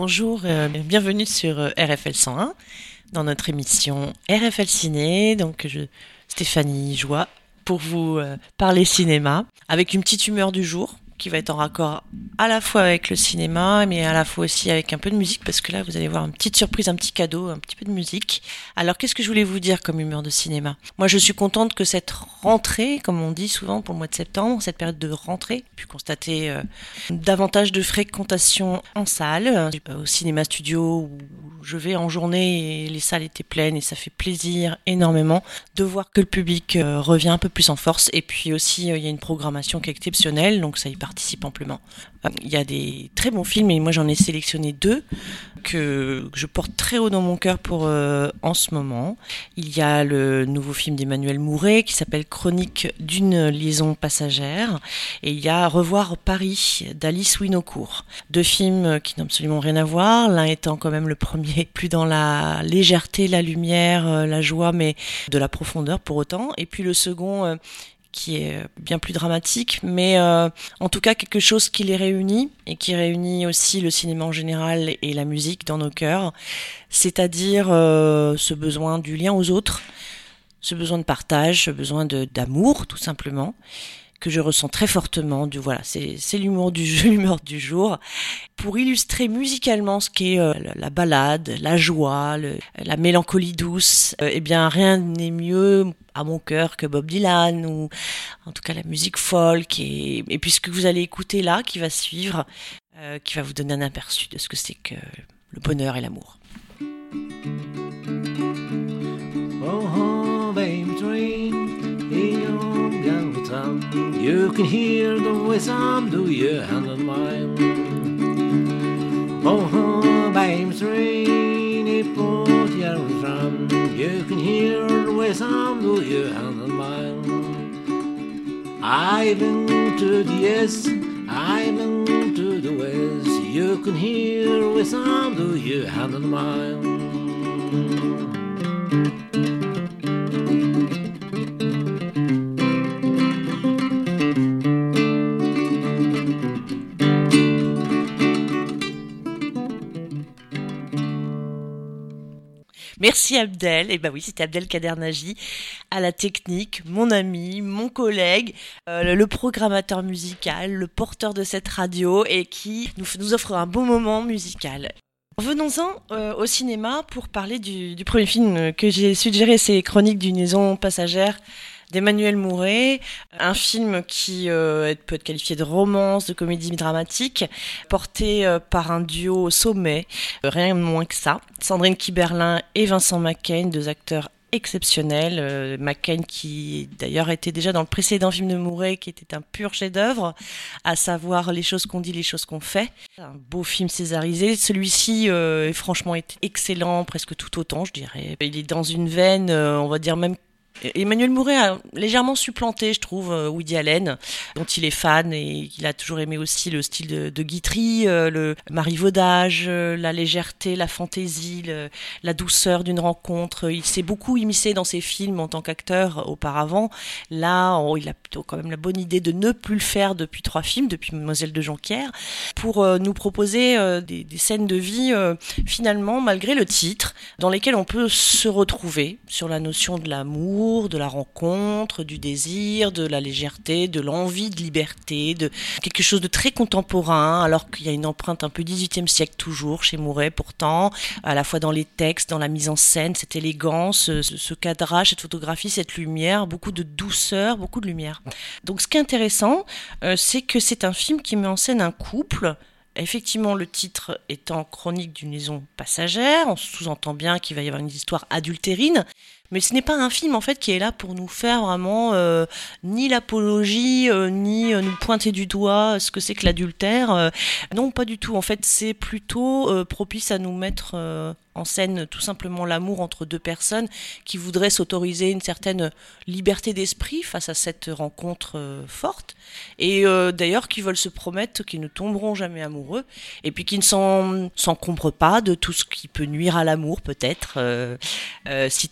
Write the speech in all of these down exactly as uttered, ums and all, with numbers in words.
bonjour, euh, bienvenue sur euh, R F L cent un, dans notre émission R F L Ciné. Donc, je, Stéphanie Joie, pour vous euh, parler cinéma, avec une petite humeur du jour, qui va être en raccord à la fois avec le cinéma, mais à la fois aussi avec un peu de musique, parce que là, vous allez voir une petite surprise, un petit cadeau, un petit peu de musique. Alors, qu'est-ce que je voulais vous dire comme humeur de cinéma ? Moi, je suis contente que cette rentrée, comme on dit souvent pour le mois de septembre, cette période de rentrée, pu constater euh, davantage de fréquentation en salle, euh, au cinéma studio, où je vais en journée et les salles étaient pleines, et ça fait plaisir énormément de voir que le public euh, revient un peu plus en force. Et puis aussi, euh, il y a une programmation qui est exceptionnelle, donc ça y participe amplement. Il y a des très bons films et moi j'en ai sélectionné deux que je porte très haut dans mon cœur pour euh, en ce moment. Il y a le nouveau film d'Emmanuel Mouret qui s'appelle Chronique d'une liaison passagère et il y a Revoir Paris d'Alice Winocourt. Deux films qui n'ont absolument rien à voir, l'un étant quand même le premier plus dans la légèreté, la lumière, la joie, mais de la profondeur pour autant, et puis le second euh, qui est bien plus dramatique, mais euh, en tout cas quelque chose qui les réunit et qui réunit aussi le cinéma en général et la musique dans nos cœurs, c'est-à-dire euh, ce besoin du lien aux autres, ce besoin de partage, ce besoin de, d'amour tout simplement, que je ressens très fortement. Du, voilà, c'est, c'est l'humour du jeu, l'humour du jour. Pour illustrer musicalement ce qu'est euh, la balade, la joie, le, la mélancolie douce, euh, eh bien rien n'est mieux à mon cœur que Bob Dylan, ou en tout cas la musique folk, et, et puis ce que vous allez écouter là, qui va suivre, euh, qui va vous donner un aperçu de ce que c'est que le bonheur et l'amour. Oh, baby train, in your young town, you can hear the wisdom do your hand on mine. Oh, baby train, it put your drum, you can hear the wisdom do your hand on mine. I've been to the east, I've been to the west, you can hear the wisdom do your hand on mine. Merci Abdel, et ben oui, c'était Abdel Kadernaji à la technique, mon ami, mon collègue, euh, le programmateur musical, le porteur de cette radio et qui nous, nous offre un bon moment musical. Venons-en euh, au cinéma pour parler du, du premier film que j'ai suggéré, c'est Chronique d'une liaison passagère d'Emmanuel Mouret, un film qui euh, peut être qualifié de romance, de comédie dramatique, porté euh, par un duo au sommet, euh, rien de moins que ça. Sandrine Kiberlin et Vincent Macaigne, deux acteurs exceptionnels. Euh, Macaigne qui d'ailleurs était déjà dans le précédent film de Mouret qui était un pur chef-d'œuvre, à savoir Les choses qu'on dit, les choses qu'on fait. Un beau film césarisé. Celui-ci euh, franchement est excellent, presque tout autant je dirais. Il est dans une veine, euh, on va dire même Emmanuel Mouret a légèrement supplanté, je trouve, Woody Allen, dont il est fan et il a toujours aimé aussi le style de, de Guitry, euh, le marivaudage, euh, la légèreté, la fantaisie, le, la douceur d'une rencontre. Il s'est beaucoup immiscé dans ses films en tant qu'acteur auparavant. Là, oh, il a plutôt quand même la bonne idée de ne plus le faire depuis trois films, depuis Mademoiselle de Jonquière, pour euh, nous proposer euh, des, des scènes de vie, euh, finalement, malgré le titre, dans lesquelles on peut se retrouver sur la notion de l'amour, de la rencontre, du désir, de la légèreté, de l'envie de liberté, de quelque chose de très contemporain, alors qu'il y a une empreinte un peu dix-huitième siècle toujours chez Mouret pourtant, à la fois dans les textes, dans la mise en scène, cette élégance, ce, ce cadrage, cette photographie, cette lumière, beaucoup de douceur, beaucoup de lumière. Donc ce qui est intéressant, euh, c'est que c'est un film qui met en scène un couple. Effectivement, le titre étant Chronique d'une liaison passagère, on sous-entend bien qu'il va y avoir une histoire adultérine, mais ce n'est pas un film en fait qui est là pour nous faire vraiment euh, ni l'apologie, euh, ni euh, nous pointer du doigt ce que c'est que l'adultère. Euh, non, pas du tout. En fait, c'est plutôt euh, propice à nous mettre euh, en scène tout simplement l'amour entre deux personnes qui voudraient s'autoriser une certaine liberté d'esprit face à cette rencontre euh, forte, et euh, d'ailleurs qui veulent se promettre qu'ils ne tomberont jamais amoureux, et puis qui ne s'en, s'encombrent pas de tout ce qui peut nuire à l'amour peut-être, euh, euh, si tant est depuis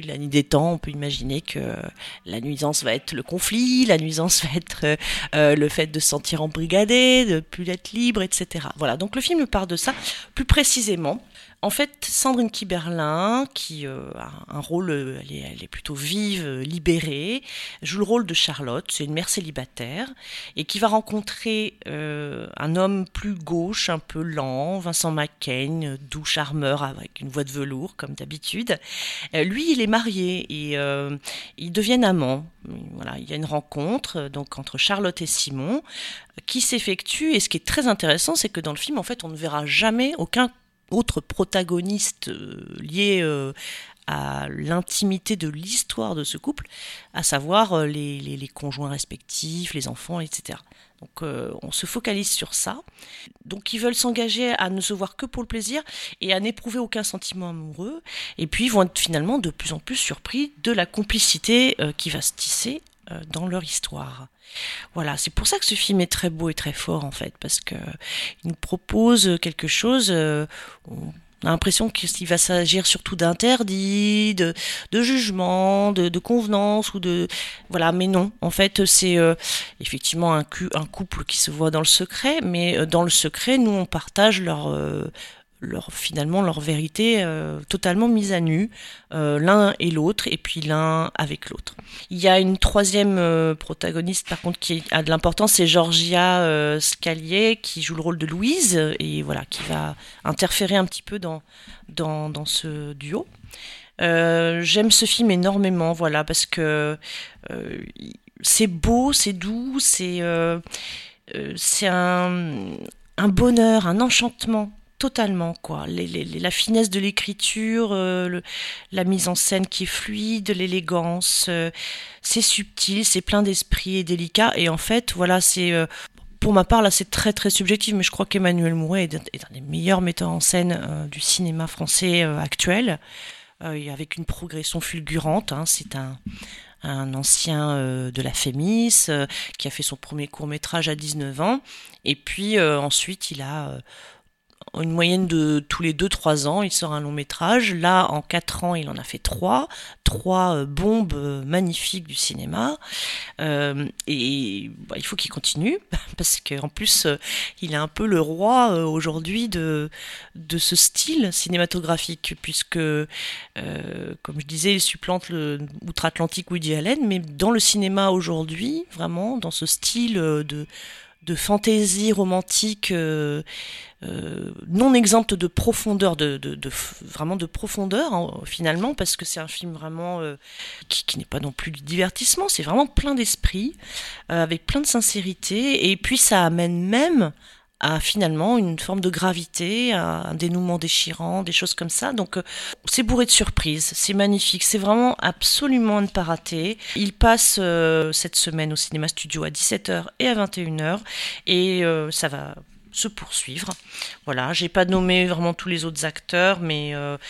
de la nuit des temps, on peut imaginer que la nuisance va être le conflit, la nuisance va être euh, le fait de se sentir embrigadé, de plus être libre, et cetera. Voilà, donc le film part de ça. Plus précisément, en fait, Sandrine Kiberlin, qui euh, a un rôle, euh, elle, est, elle est plutôt vive, euh, libérée, joue le rôle de Charlotte, c'est une mère célibataire, et qui va rencontrer euh, un homme plus gauche, un peu lent, Vincent Macaigne, doux charmeur avec une voix de velours, comme d'habitude. Euh, lui, il est marié, et euh, ils deviennent amants. Voilà, il y a une rencontre donc entre Charlotte et Simon, qui s'effectue, et ce qui est très intéressant, c'est que dans le film, en fait, on ne verra jamais aucun autre protagoniste euh, lié euh, à l'intimité de l'histoire de ce couple, à savoir euh, les, les, les conjoints respectifs, les enfants, et cetera. Donc euh, on se focalise sur ça. Donc ils veulent s'engager à ne se voir que pour le plaisir et à n'éprouver aucun sentiment amoureux. Et puis ils vont être finalement de plus en plus surpris de la complicité euh, qui va se tisser euh, dans leur histoire. Voilà, c'est pour ça que ce film est très beau et très fort en fait, parce que il nous propose quelque chose. Euh, on a l'impression qu'il va s'agir surtout d'interdit, de, de jugement, de, de convenance ou de voilà, mais non. En fait, c'est euh, effectivement un, cu- un couple qui se voit dans le secret, mais euh, dans le secret, nous on partage leur euh, leur, finalement leur vérité euh, totalement mise à nu, euh, l'un et l'autre, et puis l'un avec l'autre. Il y a une troisième euh, protagoniste par contre qui a de l'importance, c'est Georgia euh, Scalier qui joue le rôle de Louise, et voilà, qui va interférer un petit peu dans, dans, dans ce duo. Euh, j'aime ce film énormément, voilà, parce que euh, c'est beau, c'est doux, c'est, euh, euh, c'est un, un bonheur, un enchantement. Totalement, quoi. Les, les, la finesse de l'écriture, euh, le, la mise en scène qui est fluide, l'élégance, euh, c'est subtil, c'est plein d'esprit et délicat. Et en fait, voilà, c'est euh, pour ma part là, c'est très très subjectif, mais je crois qu'Emmanuel Mouret est, est un des meilleurs metteurs en scène euh, du cinéma français euh, actuel, euh, avec une progression fulgurante. Hein, c'est un un ancien euh, de la Fémis euh, qui a fait son premier court métrage à dix-neuf ans, et puis euh, ensuite il a euh, une moyenne de tous les deux trois ans, il sort un long métrage. Là, en quatre ans, il en a fait trois. Trois euh, bombes euh, magnifiques du cinéma. Euh, et bah, il faut qu'il continue, parce qu'en plus, euh, il est un peu le roi euh, aujourd'hui de, de ce style cinématographique, puisque, euh, comme je disais, il supplante le outre-Atlantique Woody Allen, mais dans le cinéma aujourd'hui, vraiment, dans ce style de de fantaisie romantique euh, euh, non exempte de profondeur, de, de, de vraiment de profondeur hein, finalement, parce que c'est un film vraiment euh, qui, qui n'est pas non plus du divertissement, c'est vraiment plein d'esprit, euh, avec plein de sincérité, et puis ça amène même à finalement une forme de gravité, à un dénouement déchirant, des choses comme ça. Donc euh, c'est bourré de surprises, c'est magnifique, c'est vraiment absolument à ne pas rater. Il passe euh, cette semaine au Cinéma Studio à dix-sept heures et à vingt et une heures, et euh, ça va se poursuivre. Voilà, j'ai pas nommé vraiment tous les autres acteurs, mais il euh,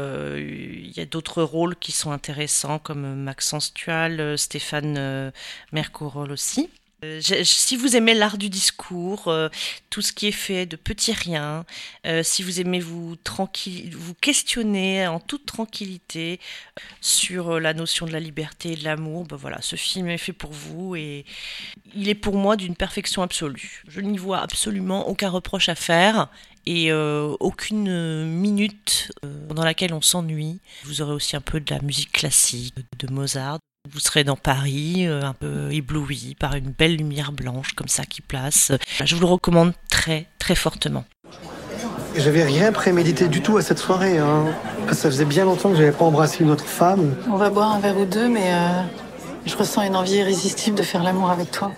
euh, y a d'autres rôles qui sont intéressants, comme Maxence Tual, Stéphane euh, Mercourol aussi. Euh, je, si vous aimez l'art du discours, euh, tout ce qui est fait de petits riens, euh, si vous aimez vous, tranquille, vous questionner en toute tranquillité sur euh, la notion de la liberté et de l'amour, ben voilà, ce film est fait pour vous, et il est pour moi d'une perfection absolue. Je n'y vois absolument aucun reproche à faire, et euh, aucune minute euh, dans laquelle on s'ennuie. Vous aurez aussi un peu de la musique classique, de Mozart. Vous serez dans Paris, euh, un peu ébloui par une belle lumière blanche comme ça qui place. Je vous le recommande très très fortement. J'avais rien prémédité du tout à cette soirée. Hein. Ça faisait bien longtemps que j'avais pas embrassé une autre femme. On va boire un verre ou deux, mais euh, je ressens une envie irrésistible de faire l'amour avec toi.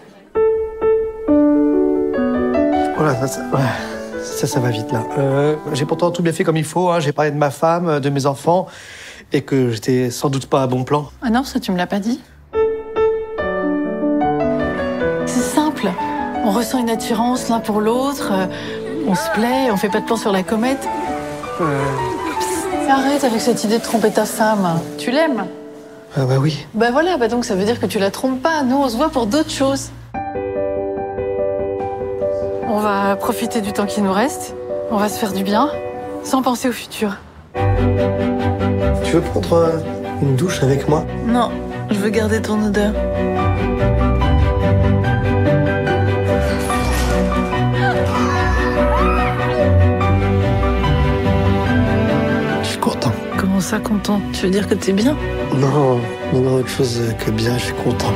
Voilà, ça, ça, ouais, ça, ça va vite là. Euh, j'ai pourtant tout bien fait comme il faut. Hein. J'ai parlé de ma femme, de mes enfants, et que j'étais sans doute pas à bon plan. Ah non, ça tu me l'as pas dit. C'est simple. On ressent une attirance l'un pour l'autre. Euh, on se plaît, on fait pas de plan sur la comète. Euh... Psst, arrête avec cette idée de tromper ta femme. Tu l'aimes? Ah bah oui. Bah voilà, bah donc ça veut dire que tu la trompes pas. Nous, on se voit pour d'autres choses. On va profiter du temps qui nous reste. On va se faire du bien, sans penser au futur. Tu veux prendre Une douche avec moi? Non, je veux garder ton odeur. Je suis content. Comment ça, content? Tu veux dire que t'es bien? Non, non, non, autre chose que bien, je suis content.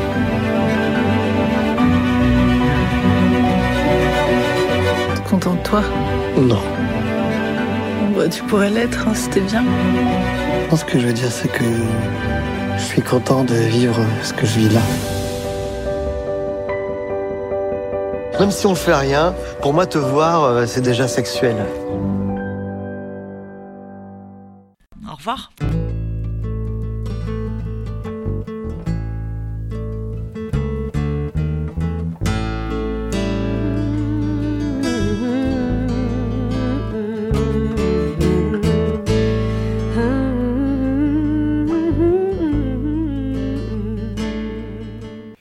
T'es content de toi? Non. Bah, tu pourrais l'être, hein, si t'es bien. Non, ce que je veux dire, c'est que je suis content de vivre ce que je vis là. Même si on fait rien, pour moi, te voir, c'est déjà sexuel. Au revoir.